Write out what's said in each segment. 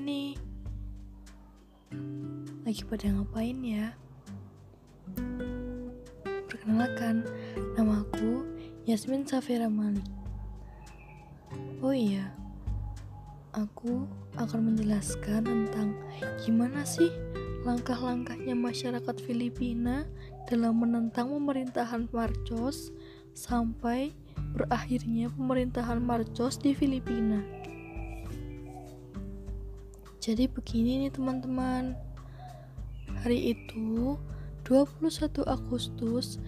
nih? Lagi pada ngapain ya? Perkenalkan, namaku Yasmin Safira Malik. Oh iya, aku akan menjelaskan tentang gimana sih langkah-langkahnya masyarakat Filipina dalam menentang pemerintahan Marcos sampai berakhirnya pemerintahan Marcos di Filipina. Jadi begini nih teman-teman, hari itu 21 Agustus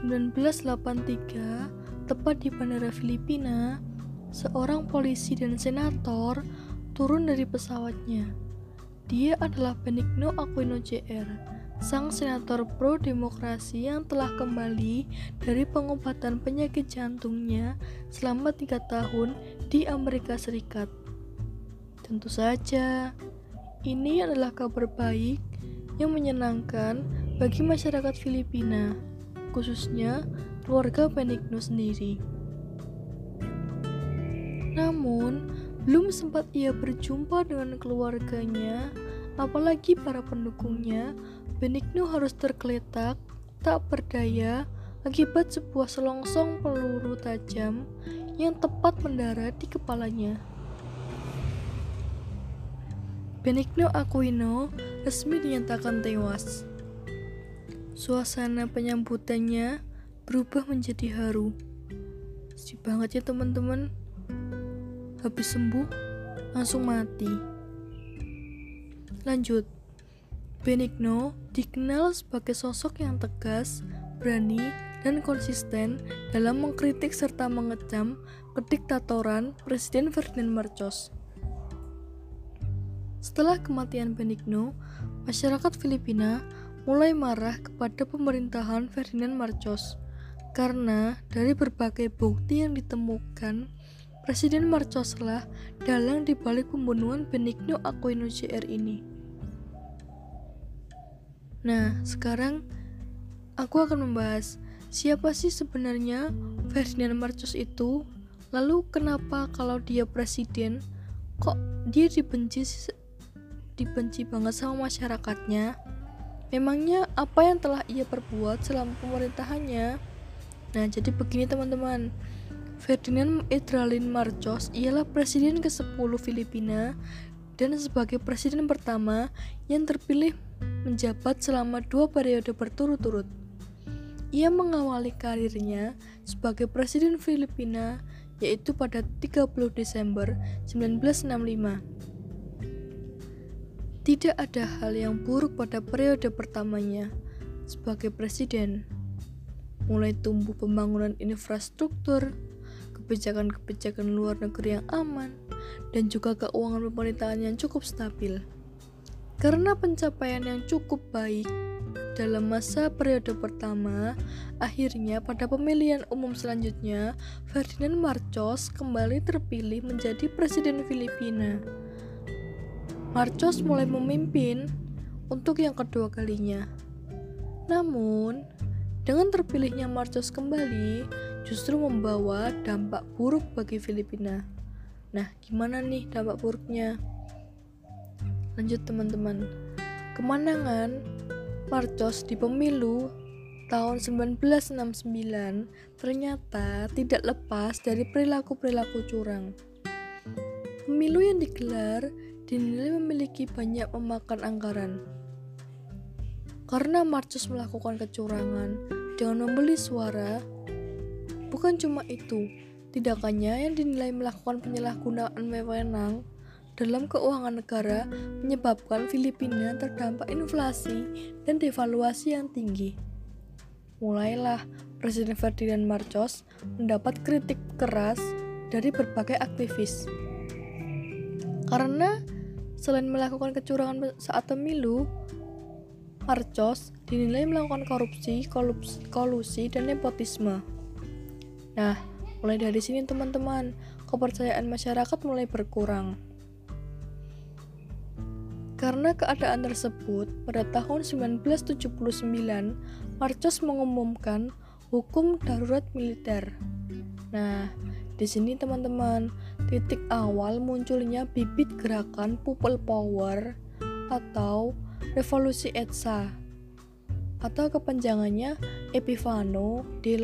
1983, tepat di bandara Filipina, seorang polisi dan senator turun dari pesawatnya. Dia adalah Benigno Aquino Jr., sang senator pro-demokrasi yang telah kembali dari pengobatan penyakit jantungnya selama 3 tahun di Amerika Serikat. Tentu saja, ini adalah kabar baik yang menyenangkan bagi masyarakat Filipina, khususnya keluarga Benigno sendiri. Namun, belum sempat ia berjumpa dengan keluarganya, apalagi para pendukungnya, Benigno harus tergeletak, tak berdaya, akibat sebuah selongsong peluru tajam yang tepat mendarat di kepalanya. Benigno Aquino resmi dinyatakan tewas. Suasana penyambutannya berubah menjadi haru. Sedih banget ya teman-teman. Habis sembuh, langsung mati. Lanjut, Benigno dikenal sebagai sosok yang tegas, berani, dan konsisten dalam mengkritik serta mengecam kediktatoran Presiden Ferdinand Marcos. Setelah kematian Benigno, masyarakat Filipina mulai marah kepada pemerintahan Ferdinand Marcos karena dari berbagai bukti yang ditemukan, Presiden Marcos lah dalang dibalik pembunuhan Benigno Aquino Jr. ini. Nah, sekarang aku akan membahas siapa sih sebenarnya Ferdinand Marcos itu, lalu kenapa kalau dia presiden kok dia dibenci banget sama masyarakatnya. Memangnya apa yang telah ia perbuat selama pemerintahannya? Nah, jadi begini teman-teman, Ferdinand Idralin Marcos ialah presiden ke-10 Filipina dan sebagai presiden pertama yang terpilih menjabat selama 2 periode berturut-turut. Ia mengawali karirnya sebagai presiden Filipina yaitu pada 30 Desember 1965. Tidak ada hal yang buruk pada periode pertamanya sebagai presiden, mulai tumbuh pembangunan infrastruktur, kebijakan-kebijakan luar negeri yang aman, dan juga keuangan pemerintahan yang cukup stabil. Karena pencapaian yang cukup baik dalam masa periode pertama, akhirnya pada pemilihan umum selanjutnya, Ferdinand Marcos kembali terpilih menjadi presiden Filipina. Marcos mulai memimpin untuk yang kedua kalinya. Namun, dengan terpilihnya Marcos kembali, justru membawa dampak buruk bagi Filipina. Nah, gimana nih dampak buruknya? Lanjut teman-teman. Kemenangan Marcos di pemilu tahun 1969 ternyata tidak lepas dari perilaku-perilaku curang. Pemilu yang digelar dinilai memiliki banyak memakan anggaran. Karena Marcos melakukan kecurangan dengan membeli suara, bukan cuma itu, tindakannya yang dinilai melakukan penyalahgunaan wewenang dalam keuangan negara menyebabkan Filipina terdampak inflasi dan devaluasi yang tinggi. Mulailah Presiden Ferdinand Marcos mendapat kritik keras dari berbagai aktivis. Karena selain melakukan kecurangan saat pemilu, Marcos dinilai melakukan korupsi, kolusi, dan nepotisme. Nah, mulai dari sini teman-teman, kepercayaan masyarakat mulai berkurang. Karena keadaan tersebut, pada tahun 1979, Marcos mengumumkan hukum darurat militer. Nah, di sini teman-teman, titik awal munculnya bibit gerakan People Power atau Revolusi ETSA atau kepanjangannya Epifano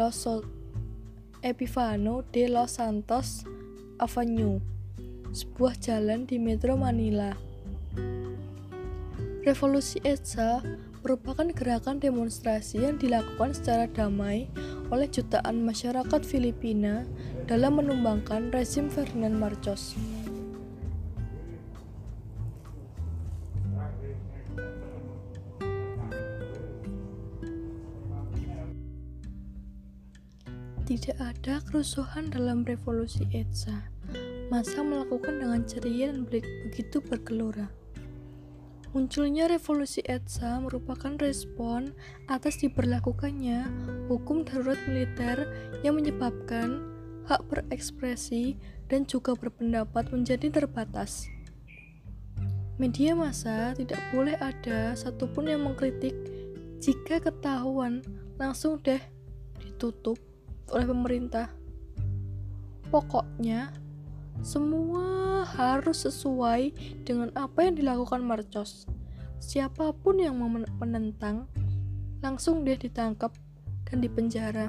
de los Santos Avenue, sebuah jalan di Metro Manila. Revolusi ETSA merupakan gerakan demonstrasi yang dilakukan secara damai oleh jutaan masyarakat Filipina dalam menumbangkan rezim Ferdinand Marcos. Tidak ada kerusuhan dalam revolusi ETSA. Massa melakukan dengan ceria dan begitu bergelora. Munculnya revolusi ETSA merupakan respon atas diberlakukannya hukum darurat militer yang menyebabkan hak berekspresi dan juga berpendapat menjadi terbatas. Media massa tidak boleh ada satupun yang mengkritik. Jika ketahuan, langsung deh ditutup oleh pemerintah. Pokoknya semua harus sesuai dengan apa yang dilakukan Marcos. Siapapun yang menentang langsung deh ditangkap dan dipenjara.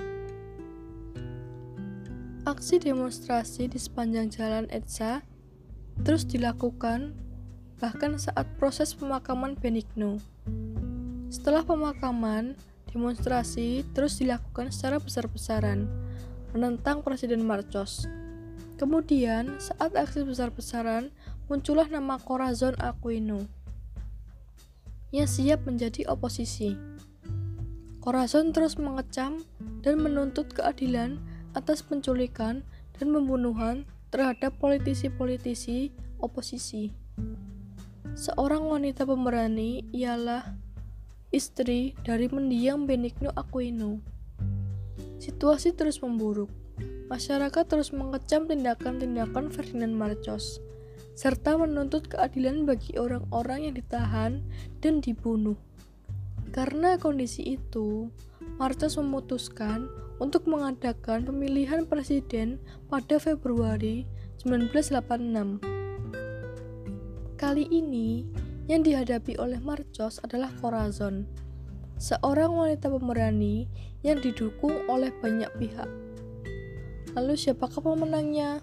Aksi demonstrasi di sepanjang jalan ETSA terus dilakukan bahkan saat proses pemakaman Benigno. Setelah pemakaman, demonstrasi terus dilakukan secara besar-besaran menentang Presiden Marcos. Kemudian, saat aksi besar-besaran, muncullah nama Corazon Aquino yang siap menjadi oposisi. Corazon terus mengecam dan menuntut keadilan atas penculikan dan pembunuhan terhadap politisi-politisi oposisi. Seorang wanita pemberani ialah istri dari mendiang Benigno Aquino. Situasi terus memburuk. Masyarakat terus mengecam tindakan-tindakan Ferdinand Marcos, serta menuntut keadilan bagi orang-orang yang ditahan dan dibunuh. Karena kondisi itu, Marcos memutuskan untuk mengadakan pemilihan presiden pada Februari 1986. Kali ini, yang dihadapi oleh Marcos adalah Corazon, seorang wanita pemberani yang didukung oleh banyak pihak. Lalu siapakah pemenangnya?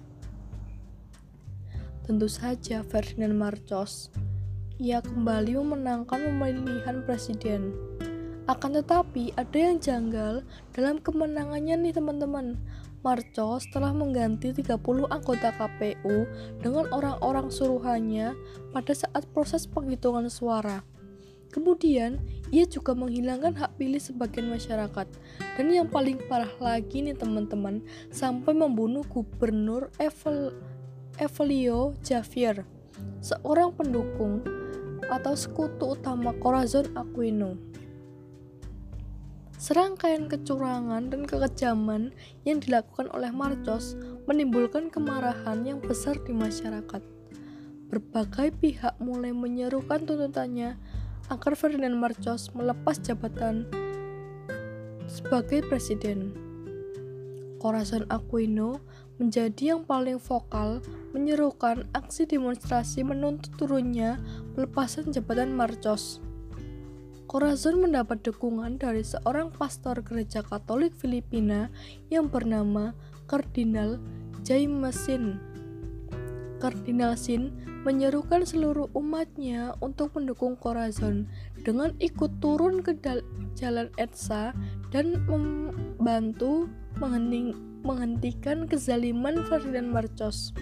Tentu saja Ferdinand Marcos. Ia kembali memenangkan pemilihan presiden. Akan tetapi ada yang janggal dalam kemenangannya nih teman-teman. Marcos telah mengganti 30 anggota KPU dengan orang-orang suruhannya pada saat proses penghitungan suara. Kemudian, ia juga menghilangkan hak pilih sebagian masyarakat. Dan yang paling parah lagi nih teman-teman, sampai membunuh Gubernur Evelio Javier, seorang pendukung atau sekutu utama Corazon Aquino. Serangkaian kecurangan dan kekejaman yang dilakukan oleh Marcos menimbulkan kemarahan yang besar di masyarakat. Berbagai pihak mulai menyerukan tuntutannya agar Ferdinand Marcos melepas jabatan sebagai presiden. Corazon Aquino menjadi yang paling vokal menyerukan aksi demonstrasi menuntut turunnya pelepasan jabatan Marcos. Corazon mendapat dukungan dari seorang pastor gereja Katolik Filipina yang bernama Kardinal Jaime Sin. Kardinal Sin menyerukan seluruh umatnya untuk mendukung Corazon dengan ikut turun ke jalan ETSA dan membantu menghentikan kezaliman Ferdinand Marcos.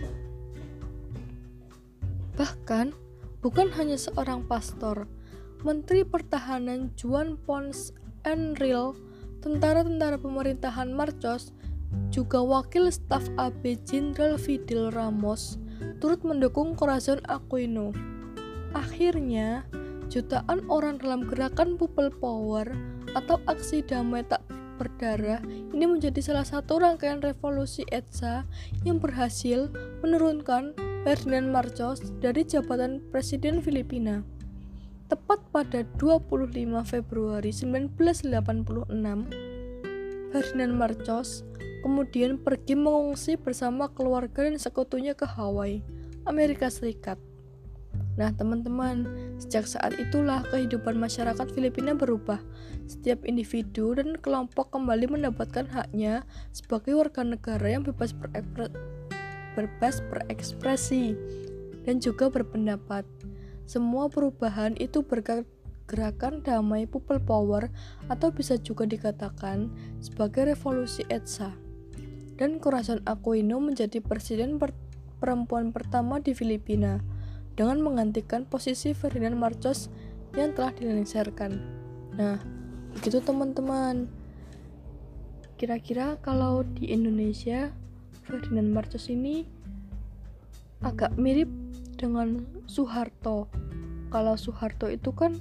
Bahkan, bukan hanya seorang pastor, Menteri Pertahanan Juan Ponce Enrile, tentara-tentara pemerintahan Marcos, juga wakil staf AB Jenderal Fidel Ramos turut mendukung Corazon Aquino. Akhirnya, jutaan orang dalam gerakan People Power atau aksi damai tak berdarah ini menjadi salah satu rangkaian revolusi ETSA yang berhasil menurunkan Ferdinand Marcos dari jabatan Presiden Filipina. Tepat pada 25 Februari 1986, Ferdinand Marcos kemudian pergi mengungsi bersama keluarga dan sekutunya ke Hawaii, Amerika Serikat. Nah teman-teman, sejak saat itulah kehidupan masyarakat Filipina berubah. Setiap individu dan kelompok kembali mendapatkan haknya sebagai warga negara yang bebas berekspresi dan juga berpendapat. Semua perubahan itu berkat gerakan damai people power atau bisa juga dikatakan sebagai revolusi EDSA. Dan Corazon Aquino menjadi presiden perempuan pertama di Filipina dengan menggantikan posisi Ferdinand Marcos yang telah dilengsarkan. Nah, begitu teman-teman. Kira-kira kalau di Indonesia Ferdinand Marcos ini agak mirip dengan Soeharto. Kalau Soeharto itu kan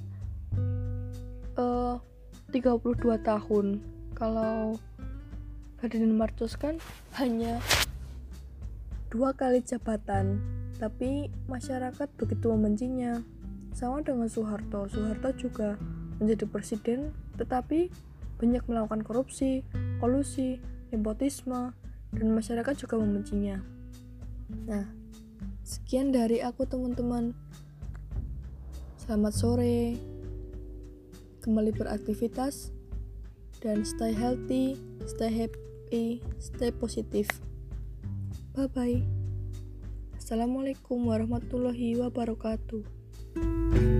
32 tahun. Kalau Ferdinand Marcos kan hanya 2 kali jabatan, tapi masyarakat begitu membencinya. Sama dengan Soeharto. Soeharto juga menjadi presiden, tetapi banyak melakukan korupsi, kolusi, nepotisme, dan masyarakat juga membencinya. Nah, sekian dari aku teman-teman. Selamat sore. Kembali beraktivitas dan stay healthy, stay happy, stay positif. Bye bye. Assalamualaikum warahmatullahi wabarakatuh.